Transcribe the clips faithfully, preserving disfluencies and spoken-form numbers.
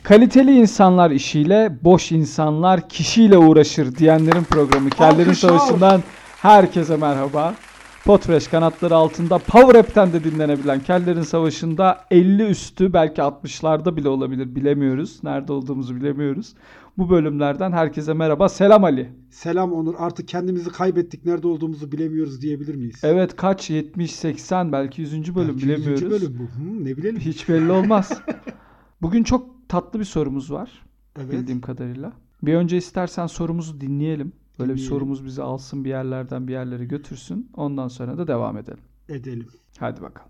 Kaliteli insanlar işiyle, boş insanlar kişiyle uğraşır diyenlerin programı Kellerin Savaşı'ndan herkese merhaba. Podfresh kanatları altında Power App'ten de dinlenebilen Kellerin Savaşı'nda elli üstü, belki altmışlarda bile olabilir, bilemiyoruz. Nerede olduğumuzu bilemiyoruz. Bu bölümlerden herkese merhaba. Selam Ali. Selam Onur. Artık kendimizi kaybettik. Nerede olduğumuzu bilemiyoruz diyebilir miyiz? Evet, kaç? yetmiş seksen, belki yüzüncü bölüm, belki bilemiyoruz. yüzüncü bölüm bu. Hı, ne bilelim. Hiç belli olmaz. Bugün çok tatlı bir sorumuz var. Evet. Bildiğim kadarıyla. Bir önce istersen sorumuzu dinleyelim. Böyle Dinleyelim. bir sorumuz bizi alsın, bir yerlerden bir yerlere götürsün. Ondan sonra da devam edelim. Edelim. Hadi bakalım.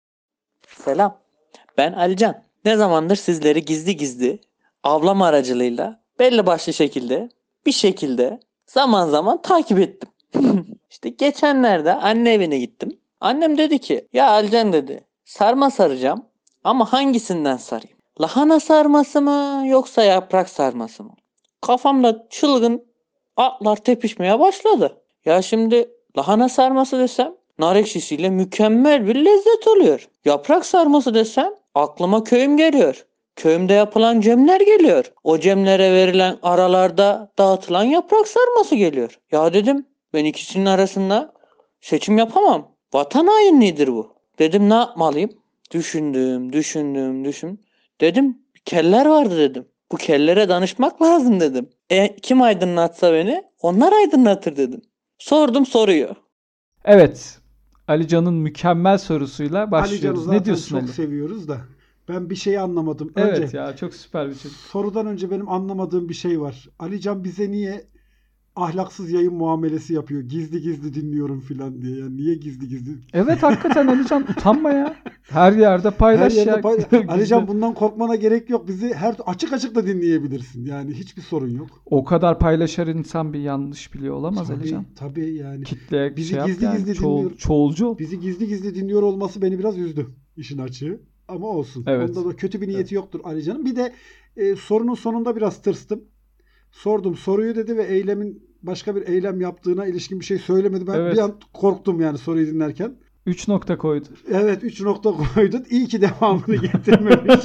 Selam. Ben Alican. Ne zamandır sizleri gizli gizli avlama aracılığıyla belli başlı şekilde bir şekilde zaman zaman takip ettim. İşte geçenlerde anne evine gittim. Annem dedi ki ya Alican dedi, sarma saracağım ama hangisinden sarayım? Lahana sarması mı yoksa yaprak sarması mı? Kafamda çılgın atlar tepişmeye başladı. Ya şimdi lahana sarması desem nar ekşisiyle mükemmel bir lezzet oluyor. Yaprak sarması desem aklıma köyüm geliyor. Köyümde yapılan cemler geliyor. O cemlere verilen aralarda dağıtılan yaprak sarması geliyor. Ya dedim, ben ikisinin arasında seçim yapamam. Vatan hainliğidir bu. Dedim ne yapmalıyım? Düşündüm, düşündüm, düşün. Dedim keller vardı dedim. Bu kellere danışmak lazım dedim. E kim aydınlatsa beni? Onlar aydınlatır dedim. Sordum soruyu. Evet. Alican'ın mükemmel sorusuyla başlıyoruz. Ali ne diyorsun çok Ali? seviyoruz da. Ben bir şey anlamadım. Evet önce, ya, çok süper bir çocuk. Sorudan önce benim anlamadığım bir şey var. Alican bize niye ahlaksız yayın muamelesi yapıyor? Gizli gizli dinliyorum filan diye. Yani niye gizli gizli? Evet hakikaten Alican, utanma ya. Her yerde paylaş Her yerde ya. pay- Alican bundan korkmana gerek yok. Bizi her açık açık da dinleyebilirsin. Yani hiçbir sorun yok. O kadar paylaşar insan bir yanlış biliyor olamaz Tabii, Alican. tabii yani. Kitleye Bizi şey yap gizli yani. gizli Çoğul, dinliyor. çoğulcu ol. Bizi gizli gizli dinliyor olması beni biraz üzdü, işin açığı. Ama olsun. Evet. Onda da kötü bir niyeti Evet. yoktur Alican'ın. Bir de e, sorunun sonunda biraz tırstım. Sordum soruyu dedi ve eylemin başka bir eylem yaptığına ilişkin bir şey söylemedi. Ben Evet. bir an korktum yani soruyu dinlerken. Üç nokta koydu. Evet, üç nokta koydun. İyi ki devamını getirmemiş.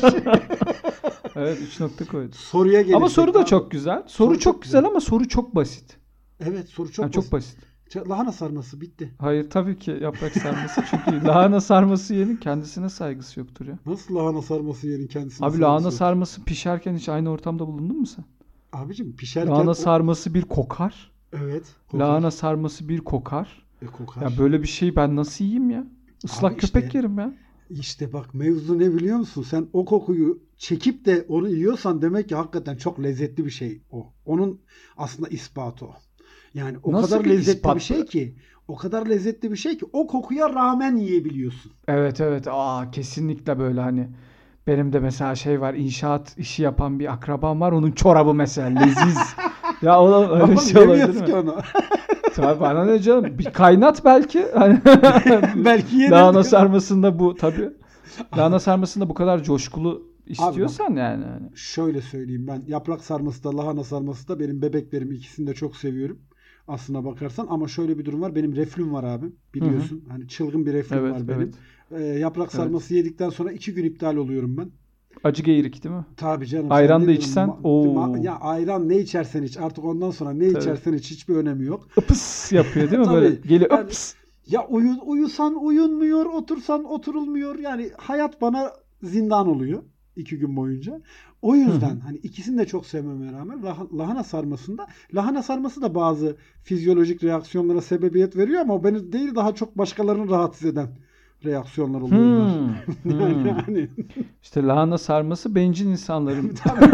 Evet, üç nokta koydu. Soruya gelirsek. Ama soru da abi. çok güzel. Soru, Soru çok, çok güzel, güzel. ama soru çok basit. Evet, soru çok Ha, basit. çok basit. Lahana sarması bitti. Hayır, tabii ki yaprak sarması. Çünkü lahana sarması yiyenin kendisine saygısı yoktur ya. Nasıl lahana sarması yerin kendisine? Abi lahana sarması pişerken hiç aynı ortamda bulundun mu sen? Abicim pişerken... Lahana o- sarması bir kokar. Evet. Kokar. Lahana sarması bir kokar. E, kokar. Ya böyle bir şeyi ben nasıl yiyeyim ya? Islak Abi köpek işte- yerim ya. İşte bak mevzu ne biliyor musun? Sen o kokuyu çekip de onu yiyorsan demek ki hakikaten çok lezzetli bir şey o. Onun aslında ispatı o. Yani o Nasıl kadar bir lezzetli ispat bir şey bu? ki, o kadar lezzetli bir şey ki o kokuya rağmen yiyebiliyorsun. Evet evet. Aa, kesinlikle böyle hani. Benim de mesela şey var, inşaat işi yapan bir akrabam var. Onun çorabı mesela leziz. Ya o öyle Ama şey olabilir yemiyorsun mi? ki onu. Tabii bana ne canım? Bir kaynat belki. Hani Belki yenir. lahana sarmasında bu tabii. Lahana sarmasında bu kadar coşkulu istiyorsan yani. hani. Şöyle söyleyeyim, ben yaprak sarması da lahana sarması da benim bebeklerim, ikisini de çok seviyorum. Aslına bakarsan, ama şöyle bir durum var. Benim reflüm var abi. Biliyorsun. Hani çılgın bir reflüm Evet, var benim. evet. Ee, yaprak sarması yedikten sonra iki gün iptal oluyorum ben. Acı geyirik değil mi? Tabii canım. Ayran sen da ne içsen, diyorsun? oo. Ma- Ya ayran ne içersen iç. Artık ondan sonra ne Tabii. içersen iç. Hiçbir önemi yok. Ipıs yapıyor değil mi? Tabii. Böyle geliyor Yani- ıps. Ya uyun, uyusan uyunmuyor, otursan oturulmuyor. Yani hayat bana zindan oluyor iki gün boyunca. O yüzden Hı hı. hani ikisini de çok sevmeme rağmen lah- lahana sarmasında, lahana sarması da bazı fizyolojik reaksiyonlara sebebiyet veriyor ama o beni değil, daha çok başkalarını rahatsız eden reaksiyonlar oluyorlar. Hmm, Yani hmm. hani İşte lahana sarması bencil insanların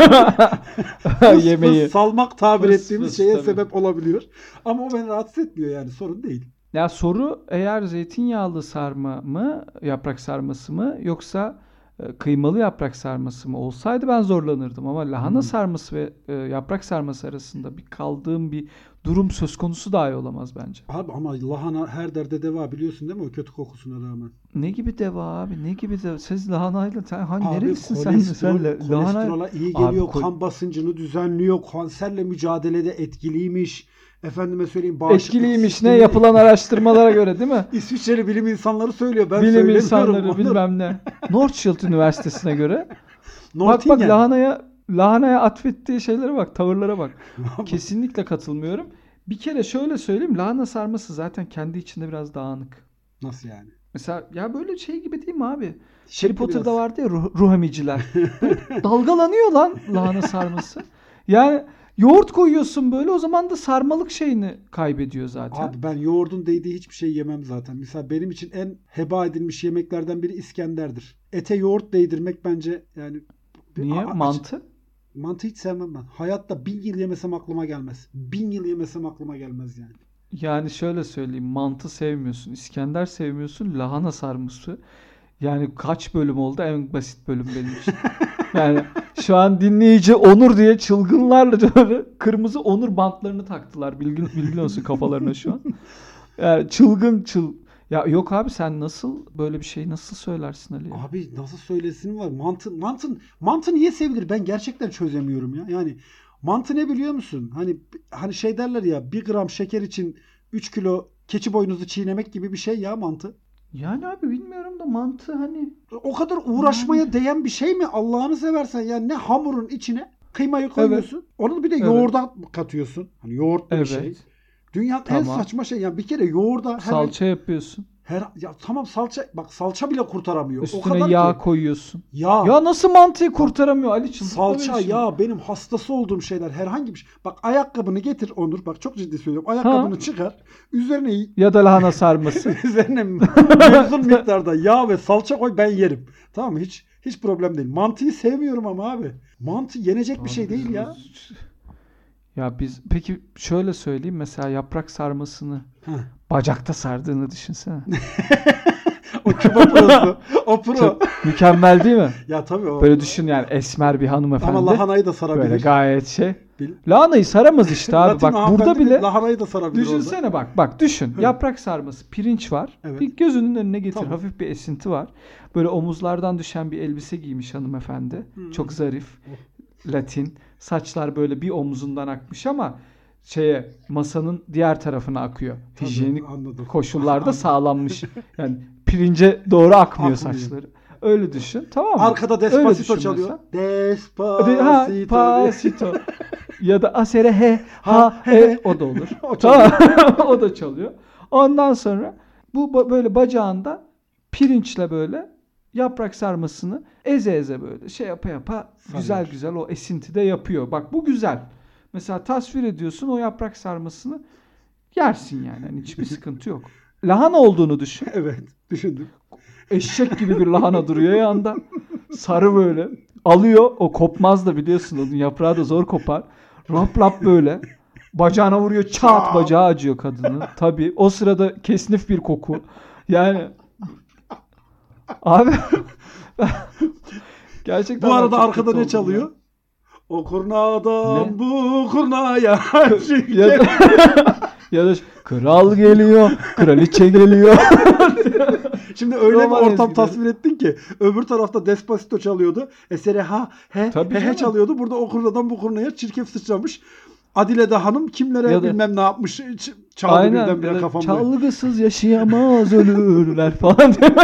fıs yemeği. fıs salmak tabir Fıs ettiğimiz fıs, şeye tabii. sebep olabiliyor. Ama o beni rahatsız etmiyor, yani sorun değil. Ya soru, eğer zeytinyağlı sarma mı, yaprak sarması mı, yoksa e, kıymalı yaprak sarması mı olsaydı ben zorlanırdım. Ama lahana Hmm. sarması ve e, yaprak sarması arasında bir kaldığım bir durum söz konusu dahi olamaz bence. Abi ama lahana her derde deva, biliyorsun değil mi, o kötü kokusuna rağmen. Ne gibi deva abi? Ne gibi deva? Siz lahanayla sen hangi Abi nerelisin sen? kolesterol, Sen la- lahana kolesterola iyi geliyor, Abi, kol- kan basıncını düzenliyor, kanserle mücadelede etkiliymiş. Efendime söyleyeyim, bağışıklık etkiliymiş ne sistemi- yapılan araştırmalara göre değil mi? İsviçreli bilim insanları söylüyor. Ben Bilim söylemiyorum. insanları Onur. bilmem ne. Northschild Üniversitesi'ne göre. Bak bak Nottingham. lahanaya lahanaya atfettiği şeylere bak, tavırlara bak. Kesinlikle katılmıyorum. Bir kere şöyle söyleyeyim, lahana sarması zaten kendi içinde biraz dağınık. Nasıl yani? Mesela ya böyle şey gibi değil mi abi? Şekli Harry Potter'da biraz. vardı ya ruh, ruh emiciler. Böyle dalgalanıyor lan lahana sarması. Yani yoğurt koyuyorsun böyle, o zaman da sarmalık şeyini kaybediyor zaten. Abi ben yoğurdun değdiği hiçbir şey yemem zaten. Mesela benim için en heba edilmiş yemeklerden biri İskender'dir. Ete yoğurt değdirmek bence yani... Niye? A- Mantı? Mantı hiç sevmem ben. Hayatta bin yıl yemesem aklıma gelmez. Bin yıl yemesem aklıma gelmez yani. Yani şöyle söyleyeyim, mantı sevmiyorsun, İskender sevmiyorsun, lahana sarması. Yani kaç bölüm oldu? En basit bölüm benim için. Yani şu an dinleyici Onur diye çılgınlarla böyle kırmızı Onur bantlarını taktılar. Bilgin, bilgin olsun kafalarına şu an. Yani çılgın çıl. Ya yok abi, sen nasıl böyle bir şey nasıl söylersin Ali? Abi nasıl söylesin var? Mantı, mantı, mantı niye sevilir? Ben gerçekten çözemiyorum ya. Yani mantı ne biliyor musun? Hani hani şey derler ya, bir gram şeker için üç kilo keçi boynuzu çiğnemek gibi bir şey ya mantı. Yani abi bilmiyorum da mantı hani. O kadar uğraşmaya değen bir şey mi? Allah'ını seversen ya, ne hamurun içine kıymayı koyuyorsun. Onu bir de Evet. yoğurda katıyorsun. Hani yoğurtlu bir şey. Evet. Dünyanın en Tamam. saçma şey. Yani bir kere yoğurda her, Salça yapıyorsun. her ya tamam salça, bak salça bile kurtaramıyor. o Üstüne kadar yağ ki. koyuyorsun. Yağ. Ya nasıl mantıyı kurtaramıyor Ali, çıldırtma Salça, beni şimdi. yağ benim hastası olduğum şeyler. Herhangi bir şey. Bak ayakkabını getir Onur. Bak çok ciddi söylüyorum. Ayakkabını Ha. çıkar. Üzerine Ya da lahana sarması. üzerine mevzul miktarda yağ ve salça koy, ben yerim. Tamam mı? Hiç hiç problem değil. Mantıyı sevmiyorum ama abi. Mantı yenecek bir şey değil ya. Ya biz peki şöyle söyleyeyim, mesela yaprak sarmasını Heh. bacakta sardığını düşünsene. O Küba prosu. O pro. Çok mükemmel değil mi? Ya tabii o. Böyle düşün yani, esmer bir hanımefendi. Ama lahanayı da sarabilir. Böyle gayet şey. Bil- Lahanayı saramaz işte abi. Latin Bak burada hanımefendi bile lahanayı da sarabilir orada. düşünsene bak. Bak düşün. Yaprak sarması, pirinç var. Evet. Bir gözünün önüne getir. Tamam. Hafif bir esinti var. Böyle omuzlardan düşen bir elbise giymiş hanımefendi. Çok zarif. Latin. Saçlar böyle bir omuzundan akmış ama şeye, masanın diğer tarafına akıyor. Tabii, Hijyenik anladım. koşullarda Anladım. sağlanmış. Yani pirince doğru akmıyor Akmıyor. saçları. Öyle düşün. Tamam mı? Arkada Öyle Despacito düşün çalıyor. mesela. Despacito. Ha, diye. pasito. Ya da asere he ha Ha, he, he, he. o da olur. O Tamam. O da çalıyor. Ondan sonra bu ba- böyle bacağında pirinçle böyle yaprak sarmasını eze eze böyle şey yapa yapa güzel Sarıyor. güzel o esintide yapıyor. Bak bu güzel. Mesela tasvir ediyorsun o yaprak sarmasını, yersin yani. Hani hiçbir sıkıntı yok. Lahana olduğunu düşün. Evet, düşündüm. Eşek gibi bir lahana duruyor yanında. Sarı böyle. Alıyor. O kopmaz da biliyorsun. Onun yaprağı da zor kopar. Lap lap böyle. Bacağına vuruyor. Çat, bacağı acıyor kadının. Tabii. O sırada kesnif bir koku. Yani abi gerçekten Bu ben arada çok arkada kötü ne oldum çalıyor? ya. O kurnadan Ne? bu kurnaya. Ya da, ya da kral geliyor, kraliçe geliyor. Şimdi öyle bir Roman ortam ezgileri. tasvir ettin ki, öbür tarafta Despacito çalıyordu. Esere ha he Tabii he, he canım. çalıyordu. Burada o kurnadan bu kurnaya çirkef sıçramış. Adile de hanım kimlere Ya da- bilmem ne yapmış. ç- Çaldı Aynen. birdenbire böyle kafamda. çalgısız yaşayamaz ölürler falan diye.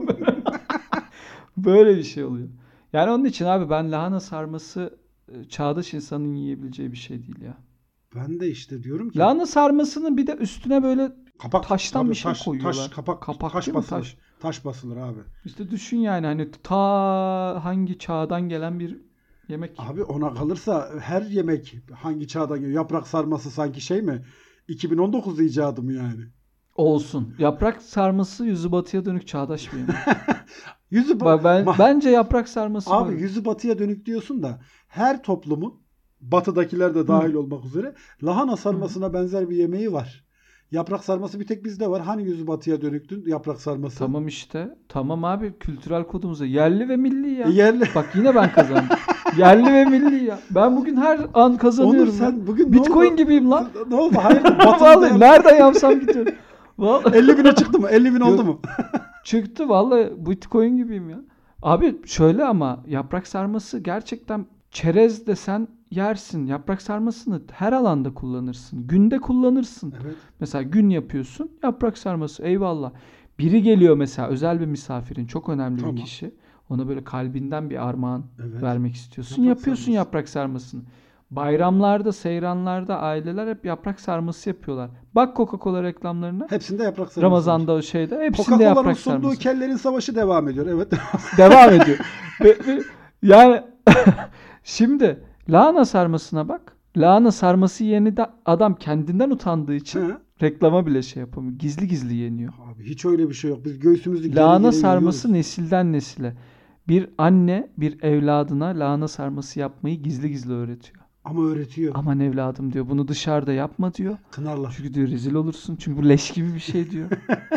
Böyle bir şey oluyor. Yani onun için abi ben lahana sarması e, çağdaş insanın yiyebileceği bir şey değil ya. Ben de işte diyorum ki. Lahana sarmasının bir de üstüne böyle Kapak, taştan tabii bir şey taş, koyuyorlar. Taş, kapak, Kapak taş değil mi? basılır. Taş. Taş basılır abi. İşte düşün yani, hani ta hangi çağdan gelen bir yemek. Abi ona kalırsa her yemek hangi çağdan geliyor? Yaprak sarması sanki şey mi? iki bin on dokuz icadı mı yani? Olsun. Yaprak sarması yüzü batıya dönük çağdaş bir yemek. Yüzü ba- Bak ben Ma- bence yaprak sarması Abi böyle. yüzü batıya dönük diyorsun da her toplumun, batıdakiler de dahil olmak üzere, lahana sarmasına benzer bir yemeği var. Yaprak sarması bir tek bizde var. Hani yüzü batıya dönüktün yaprak sarması? Tamam işte. Tamam abi, kültürel kodumuzda yerli ve milli ya. E, yerli. Bak yine ben kazandım. Yerli ve milli ya. Ben bugün her an kazanıyorum. Onur ya. sen bugün ne Bitcoin oldu? gibiyim lan. Ne oldu? Hayır. Vallahi nereden yapsam gidiyorum. Vallahi elli bine çıktı mı? elli bin oldu Yok. mu? çıktı vallahi, Bitcoin gibiyim ya. Abi şöyle, ama yaprak sarması gerçekten, çerez desen yersin. Yaprak sarmasını her alanda kullanırsın. Günde kullanırsın. Evet. Mesela gün yapıyorsun, yaprak sarması eyvallah. Biri geliyor mesela, özel bir misafirin, çok önemli Tamam. bir kişi. Ona böyle kalbinden bir armağan Evet. vermek istiyorsun. Yaprak Yapıyorsun sarması. yaprak sarmasını. Bayramlarda, seyranlarda aileler hep yaprak sarması yapıyorlar. Bak Coca-Cola reklamlarına. Hepsinde yaprak sarması. Ramazan'da o şeyde. Hepsinde Coca-Cola'nın yaprak sunduğu sarması. kellerin savaşı devam ediyor. Evet. Devam ediyor. Ve- ve- yani şimdi lahana sarmasına bak. Lahana sarması yeni de adam kendinden utandığı için He. reklama bile şey yapamıyor. Gizli gizli yeniyor. Abi hiç öyle bir şey yok. Biz göğsümüzü geri Lahana geri sarması yiyoruz. nesilden nesile. Bir anne bir evladına lahana sarması yapmayı gizli gizli öğretiyor. Ama öğretiyor. Aman evladım diyor, bunu dışarıda yapma diyor. Kınarlar. Çünkü diyor rezil olursun. Çünkü bu leş gibi bir şey diyor.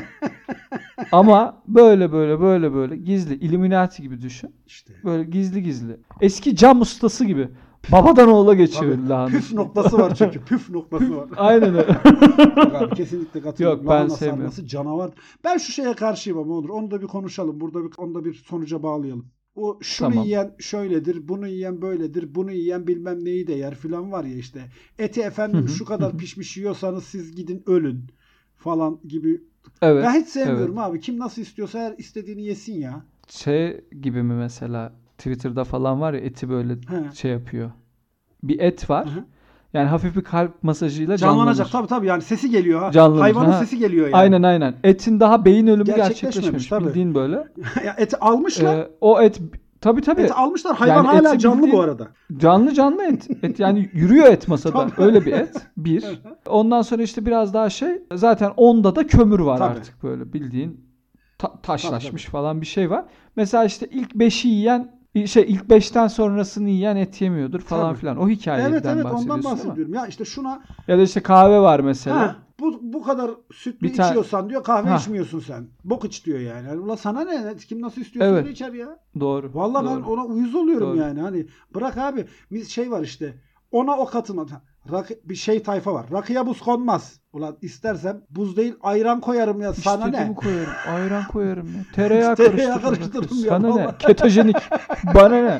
Ama böyle böyle böyle böyle gizli. Illuminati gibi düşün. İşte. Böyle gizli gizli. Eski cam ustası gibi. Babadan oğula geçiyor Tabii. lahana. Püf noktası var çünkü. Püf noktası var. Aynen öyle. Yok abi, kesinlikle katılıyorum. Yok, ben Lahana sevmiyorum. sarması canavar. Ben şu şeye karşıyım ama olur. Onu da bir konuşalım. Burada bir, onu da bir sonuca bağlayalım. O şunu Tamam. yiyen şöyledir, bunu yiyen böyledir, bunu yiyen bilmem neyi de yer filan var ya işte. Eti efendim şu kadar pişmiş yiyorsanız siz gidin ölün falan gibi. Evet. Ben hiç sevmiyorum abi. Kim nasıl istiyorsa her istediğini yesin ya. Şey gibi mi mesela Twitter'da falan var ya, eti böyle He. şey yapıyor. Bir et var. Hı hı. Yani hafif bir kalp masajıyla Canlanacak canlanır. tabii tabii yani sesi geliyor ha. Canlanır, Hayvanın ha. sesi geliyor yani. Aynen aynen. Etin daha beyin ölümü Gerçekleşmemiş, gerçekleşmemiş. tabii. Bildiğin böyle. Ya eti almışlar. Ee, o et tabii tabii. Eti almışlar. Hayvan Yani hala eti canlı bildiğin- bu arada. Canlı canlı et. Et yani yürüyor et masada. Tamam. Öyle bir et. Bir. Ondan sonra işte biraz daha şey. Zaten onda da kömür var Tabii. artık böyle bildiğin ta- taşlaşmış falan bir şey var. Mesela işte ilk beşi yiyen şey ilk beşten sonrasını yiyen et yemiyordur falan Tabii. filan. O hikayeden Evet evet bahsediyorsun ondan ama. bahsediyorum. Ya işte şuna Ya da işte kahve var mesela. ha, bu bu kadar sütlü Bir tane- içiyorsan diyor kahve Ha. içmiyorsun sen. Bok iç diyor yani. yani ulan sana ne? Kim nasıl istiyorsa Evet. öyle içer ya. Doğru. Vallahi ben doğru. ona uyuz oluyorum Doğru. yani. Hani bırak abi. Biz şey var işte. Ona o katına rakı, bir şey tayfa var. Rakıya buz konmaz. Ulan istersem buz değil ayran koyarım ya. Sana İstediğimi ne? koyarım. Ayran koyarım ya. Tereyağı Tereyağı karıştırırım. karıştırırım ya, Sana ne? vallahi. Ketojenik. Bana ne?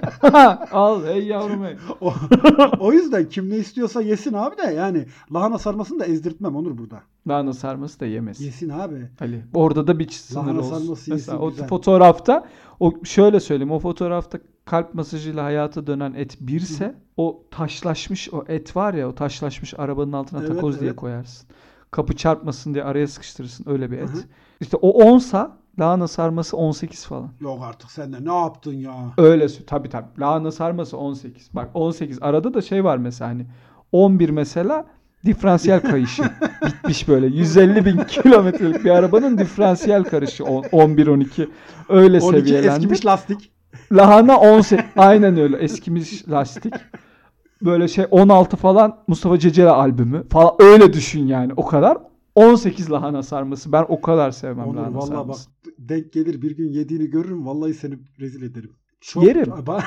Al ey yavrum ey. O, o yüzden kim ne istiyorsa yesin abi de yani lahana sarmasını da ezdirtmem Onur burada. Lahana sarması da yemesin. Yesin abi. Ali. Orada da bir sınır Lahana olsun. sarması Mesela yesin, o güzel. fotoğrafta o şöyle söyleyeyim, o fotoğrafta kalp masajıyla hayata dönen et birse o taşlaşmış o et var ya, o taşlaşmış arabanın altına Evet, takoz diye evet. koyarsın. Kapı çarpmasın diye araya sıkıştırırsın, öyle bir et. Hı hı. İşte o onsa lahana sarması on sekiz falan. Yok artık sen de ne yaptın ya? Öyle sö- tabii tabii. Lahana sarması on sekiz. Bak on sekiz. Arada da şey var mesela hani on bir mesela diferansiyel kayışı. Bitmiş böyle. yüz elli bin kilometrelik bir arabanın diferansiyel karışı on- on bir on iki. Öyle on iki seviyelendi. eskimiş lastik. Lahana on sekiz. Aynen öyle. Eskimiş lastik. Böyle şey on altı falan Mustafa Ceceli albümü falan, öyle düşün yani. O kadar. on sekiz lahana sarması. Ben o kadar sevmem Onur lahana vallahi bak sarması. denk gelir bir gün yediğini görürüm vallahi seni rezil ederim. Çok, Yerim. Ba-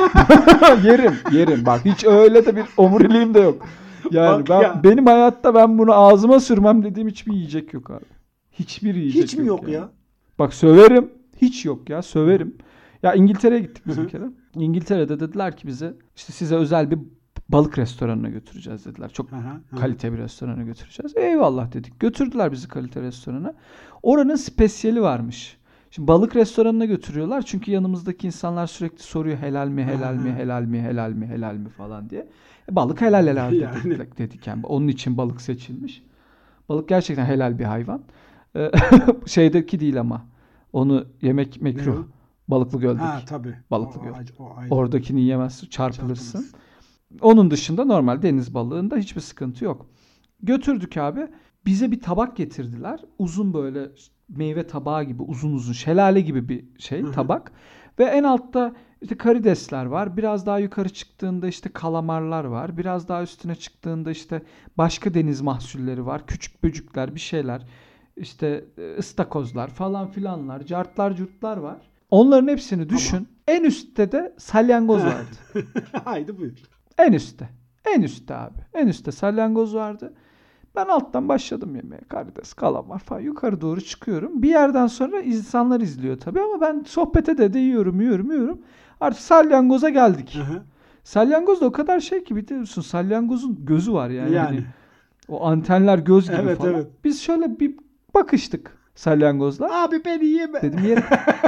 yerim, yerim. Bak hiç öyle de bir omuriliğim de yok. Yani Bak ben ya. benim hayatta ben bunu ağzıma sürmem dediğim hiçbir yiyecek yok abi. Hiçbir yiyecek Hiç mi yok yani. ya? Bak söverim. Hiç yok ya, söverim. Ya İngiltere'ye gittik biz Hı hı. bir kere. İngiltere'de dediler ki bize işte size özel bir balık restoranına götüreceğiz dediler. Çok Hı hı, hı. kalite bir restorana götüreceğiz. Eyvallah dedik. Götürdüler bizi kalite restorana. Oranın spesiyeli varmış. Şimdi balık restoranına götürüyorlar çünkü yanımızdaki insanlar sürekli soruyor helal mi helal mi helal mi helal mi helal mi falan diye. E, balık helal helal dedik, Yani. dedik yani. Onun için balık seçilmiş. Balık gerçekten helal bir hayvan. E, şeydeki değil ama. Onu yemek Ne mekruh. o? Balıklı göldeki. Ha tabii. Balıklı O- göl. o- o ayrı. Oradakini yemezsin, çarpılırsın. Çarpılırsın. Onun dışında normal deniz balığında hiçbir sıkıntı yok. Götürdük abi. Bize bir tabak getirdiler. Uzun böyle meyve tabağı gibi, uzun uzun şelale gibi bir şey, Hı hı. tabak. Ve en altta işte karidesler var. Biraz daha yukarı çıktığında işte kalamarlar var. Biraz daha üstüne çıktığında işte başka deniz mahsulleri var. Küçük böcükler, bir şeyler. İşte e, ıstakozlar falan filanlar, cartlar curtlar var. Onların hepsini düşün. En üstte de salyangoz vardı. Haydi buyur. En üstte. En üstte abi. En üstte salyangoz vardı. Ben alttan başladım yemeye. Karides, kalamar falan. Yukarı doğru çıkıyorum. Bir yerden sonra insanlar izliyor tabii ama ben sohbete de de yiyorum, yiyorum, yiyorum. Artık salyangoza geldik. Hı hı. Salyangoz da o kadar şey ki biliyorsun. Salyangozun gözü var yani. Yani. Hani o antenler göz gibi Evet, falan. evet. Biz şöyle bir bakıştık salyangozla. Abi beni yeme. Dedim yerim.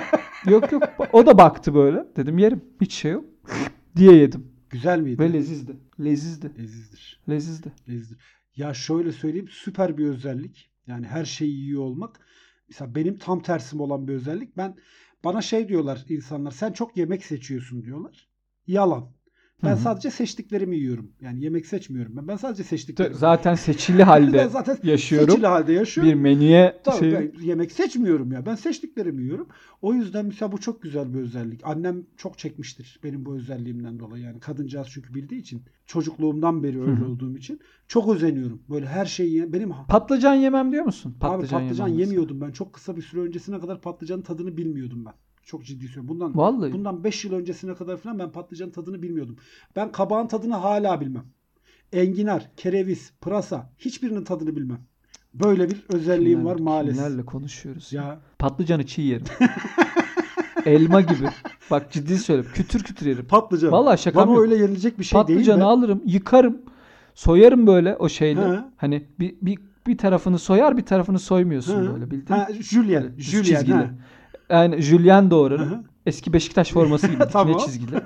Yok yok. O da baktı böyle. Dedim yerim. Hiç şey yok. diye yedim. Güzel miydi? Ve lezizdi. Lezizdi. Lezizdir. Lezizdi. Lezizdir. Ya şöyle söyleyeyim, süper bir özellik. Yani her şeyi yiyor olmak. Mesela benim tam tersim olan bir özellik. Ben bana şey diyorlar insanlar. Sen çok yemek seçiyorsun diyorlar. Yalan. Ben Hı hı. sadece seçtiklerimi yiyorum. Yani yemek seçmiyorum ben. Ben sadece seçtiklerimi. Zaten seçili halde Ben zaten yaşıyorum. seçili halde yaşıyorum. Bir menüye Tabii şey... ben yemek seçmiyorum ya. Ben seçtiklerimi yiyorum. O yüzden mesela bu çok güzel bir özellik. Annem çok çekmiştir benim bu özelliğimden dolayı. Yani kadıncağız çünkü bildiği için. Çocukluğumdan beri öyle Hı hı. olduğum için. Çok özeniyorum. Böyle her şeyi ye- benim Patlıcan yemem diyor musun? Patlıcan abi patlıcan yemem yemiyordum ben. Çok kısa bir süre öncesine kadar patlıcanın tadını bilmiyordum ben. Çok ciddi söylüyorum. Bundan Vallahi. bundan beş yıl öncesine kadar falan ben patlıcanın tadını bilmiyordum. Ben kabağın tadını hala bilmem. Enginar, kereviz, pırasa hiçbirinin tadını bilmem. Böyle bir özelliğim Kimler- var maalesef. Kimlerle konuşuyoruz? Ya Patlıcanı çiğ yerim. Elma gibi. Bak ciddi söylüyorum. Kütür kütür yerim. patlıcan. Vallahi şakam Bana yok. öyle yenilecek bir şey değil Patlıcanı mi? alırım, yıkarım. Soyarım böyle o şeyle. He. Hani bir, bir bir tarafını soyar, bir tarafını soymuyorsun Ha. böyle bildin. Ha, Julien. Böyle düz Julien. çizgili. Ha. Yani jülyen doğrarım. Hı hı. Eski Beşiktaş forması gibi dikine Tamam. çizgili.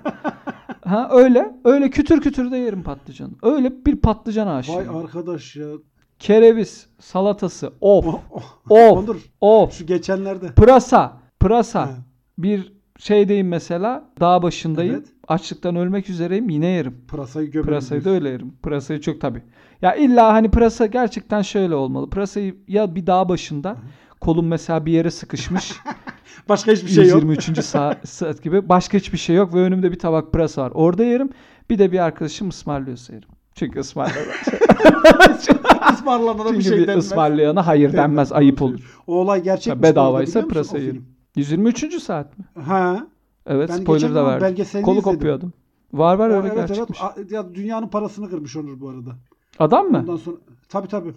Ha öyle. Öyle kütür kütür de yerim patlıcanı. Öyle bir patlıcan Vay aşığıyım. arkadaş ya. Kereviz, salatası, of, Oh, oh. of, Onur, of. şu geçenlerde. Pırasa, pırasa. Ha. Bir şeydeyim mesela, dağ başındayım. Evet. Açlıktan ölmek üzereyim, yine yerim. Pırasayı gömelim. Pırasayı da diyorsun. öyle yerim. Pırasayı çok tabii. Ya illa hani pırasa gerçekten şöyle olmalı. Pırasayı ya bir dağ başında, kolum mesela bir yere sıkışmış. Başka hiçbir şey yok. yüz yirmi üçüncü saat, saat gibi. Başka hiçbir şey yok ve önümde bir tabak pırasa var. Orada yerim. Bir de bir arkadaşım ısmarlıyorsa yerim. Çünkü ısmarlayana, Ismarlanana bir çünkü şey bir denmez. ısmarlayana hayır denmez. Ayıp olur. O olay gerçek Ya mi? bu arada, bedavaysa biliyor musun pırasa o yerim. film? yüz yirmi üçüncü saat mi? Ha. Evet, Ben spoiler geçen da gün verdim. belgeselini Kolu izledim. kopuyordum. Var var öyle evet evet. gerçekmiş. A- Ya dünyanın parasını kırmış Onur bu arada. Adam mı? Ondan sonra tabii tabii.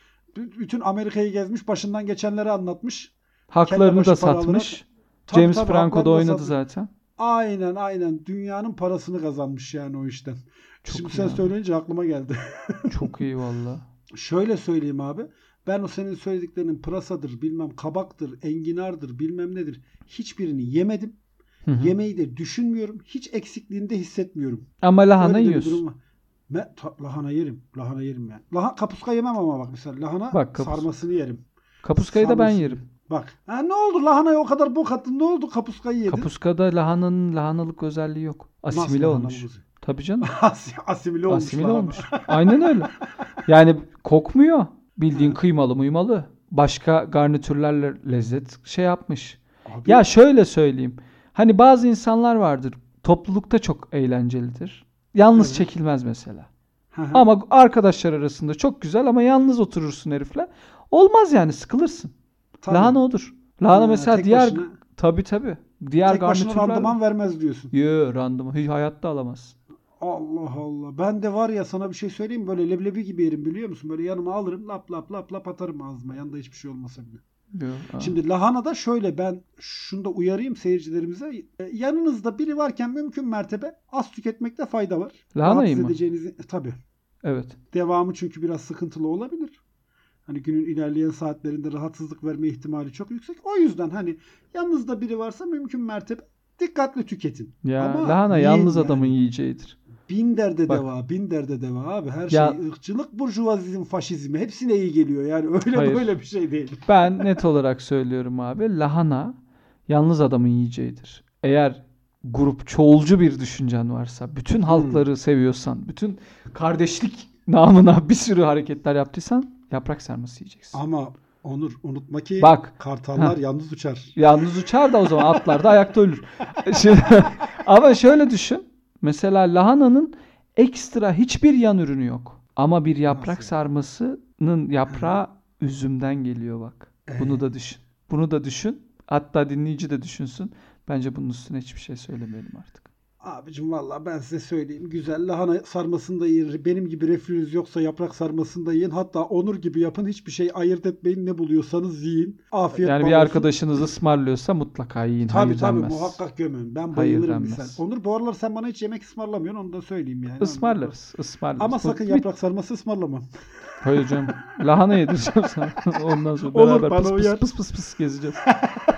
B- Bütün Amerika'yı gezmiş, başından geçenleri anlatmış. Haklarını kelle da başı para satmış. Tabii, James tabii, Franco da haklarını oynadı satmış. zaten. Aynen aynen. Dünyanın parasını kazanmış yani o işten. Çok Şimdi iyi sen abi. söyleyince aklıma geldi. Çok iyi valla. Şöyle söyleyeyim abi. Ben o senin söylediklerinin pırasadır, bilmem kabaktır, enginardır, bilmem nedir. Hiçbirini yemedim. Hı hı. Yemeği de düşünmüyorum. Hiç eksikliğini de hissetmiyorum. Ama lahana Öyle de bir yiyorsun. durum var. Me- ta- lahana yerim. Lahana yerim yani. Laha, kapuska yemem ama bak mesela. Lahana Bak, kapus- sarmasını yerim. Kapuskayı da ben Sarmasını- yerim. Bak. Ha, ne oldu? Lahanaya o kadar bok attın. Ne oldu? Kapuskayı yedin. Kapuskada lahananın lahanalık özelliği yok. Nasıl Asimile lahana olmuş. bu? Tabii canım. As- Asimile olmuş. Asimile lahana. olmuş. Aynen öyle. Yani kokmuyor. Bildiğin kıymalı mıymalı. Başka garnitürlerle lezzet şey yapmış. Abi, Ya şöyle söyleyeyim. Hani bazı insanlar vardır. Toplulukta çok eğlencelidir. Yalnız Evet. çekilmez mesela. hı hı. Ama arkadaşlar arasında çok güzel ama yalnız oturursun herifle. Olmaz yani, sıkılırsın. Tabii. Lahana odur. Lahana Ha, mesela tek diğer başına- tabii tabii. Diğer Tek başına garnitürler. randıman vermez diyorsun. Yo, randıman. Hiç hayatta alamaz. Allah Allah. Ben de var ya sana bir şey söyleyeyim mi? Böyle leblebi gibi yerim biliyor musun? Böyle yanıma alırım lap lap lap lap atarım ağzıma. Yanında hiçbir şey olmasa bile. Yo, ha. Şimdi lahana da şöyle, ben şunu da uyarayım seyircilerimize. E, Yanınızda biri varken mümkün mertebe az tüketmekte fayda var. Lahanayı Rahatsız mı? edeceğinizi e, tabii. Evet. Devamı çünkü biraz sıkıntılı olabilir. Hani günün ilerleyen saatlerinde rahatsızlık verme ihtimali çok yüksek. O yüzden hani yanınızda biri varsa mümkün mertebe dikkatli tüketin. Ya Ama lahana yiyin yalnız yani. adamın yiyeceğidir. Bin derde Bak. deva, bin derde deva abi. Her Ya- şey ırkçılık, burjuvazizm, faşizm hepsine iyi geliyor. Yani öyle Hayır. böyle bir şey değil. Ben net olarak söylüyorum abi. Lahana yalnız adamın yiyeceğidir. Eğer grup çoğulcu bir düşüncen varsa, bütün halkları seviyorsan, bütün kardeşlik namına bir sürü hareketler yaptıysan yaprak sarması yiyeceksin. Ama Onur unutma ki Bak. kartallar Heh. yalnız uçar. Yalnız uçar da o zaman atlar da ayakta ölür. Şimdi, ama şöyle düşün. Mesela lahananın ekstra hiçbir yan ürünü yok. Ama bir yaprak Nasıl? sarmasının yaprağı üzümden geliyor bak. Bunu da düşün. Bunu da düşün. Hatta dinleyici de düşünsün. Bence bunun üstüne hiçbir şey söylemeyelim artık. Abicim vallahi ben size söyleyeyim. Güzel lahana sarmasını da yiyin. Benim gibi reflünüz yoksa yaprak sarmasını da yiyin. Hatta Onur gibi yapın. Hiçbir şey ayırt etmeyin. Ne buluyorsanız yiyin. Afiyet Yani bal bir olsun. arkadaşınız ısmarlıyorsa mutlaka yiyin. Tabii Hayır tabii denmez. muhakkak gömün. Ben Hayır bayılırım denmez. misal. Onur bu aralar sen bana hiç yemek ısmarlamıyorsun. Onu da söyleyeyim yani. Ismarlarız. ısmarlarız. Ama Bu- sakın bir- yaprak sarması ısmarlama. Hayır canım. Lahana yedireceğim sana. Ondan sonra Olur, beraber bana pıs pıs uyar. pıs pıs pıs gezeceğiz.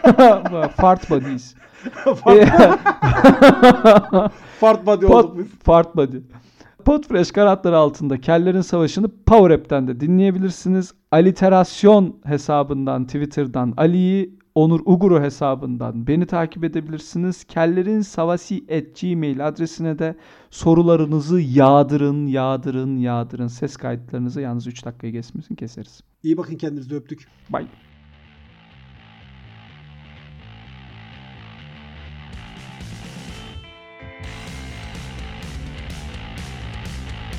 Fart buddies. Fart, fart body olduk Pot, biz. fart buddy. Podfresh kanatları altında Kellerin Savaşı'nı Power App'ten de dinleyebilirsiniz. Aliterasyon hesabından, Twitter'dan Ali'yi, Onur Uguru hesabından beni takip edebilirsiniz. Kellerin Savası at gmail adresine de sorularınızı yağdırın, yağdırın, yağdırın. Ses kayıtlarınızı yalnız üç dakikayı geçmesin, keseriz. İyi bakın kendinize, öptük. Bye.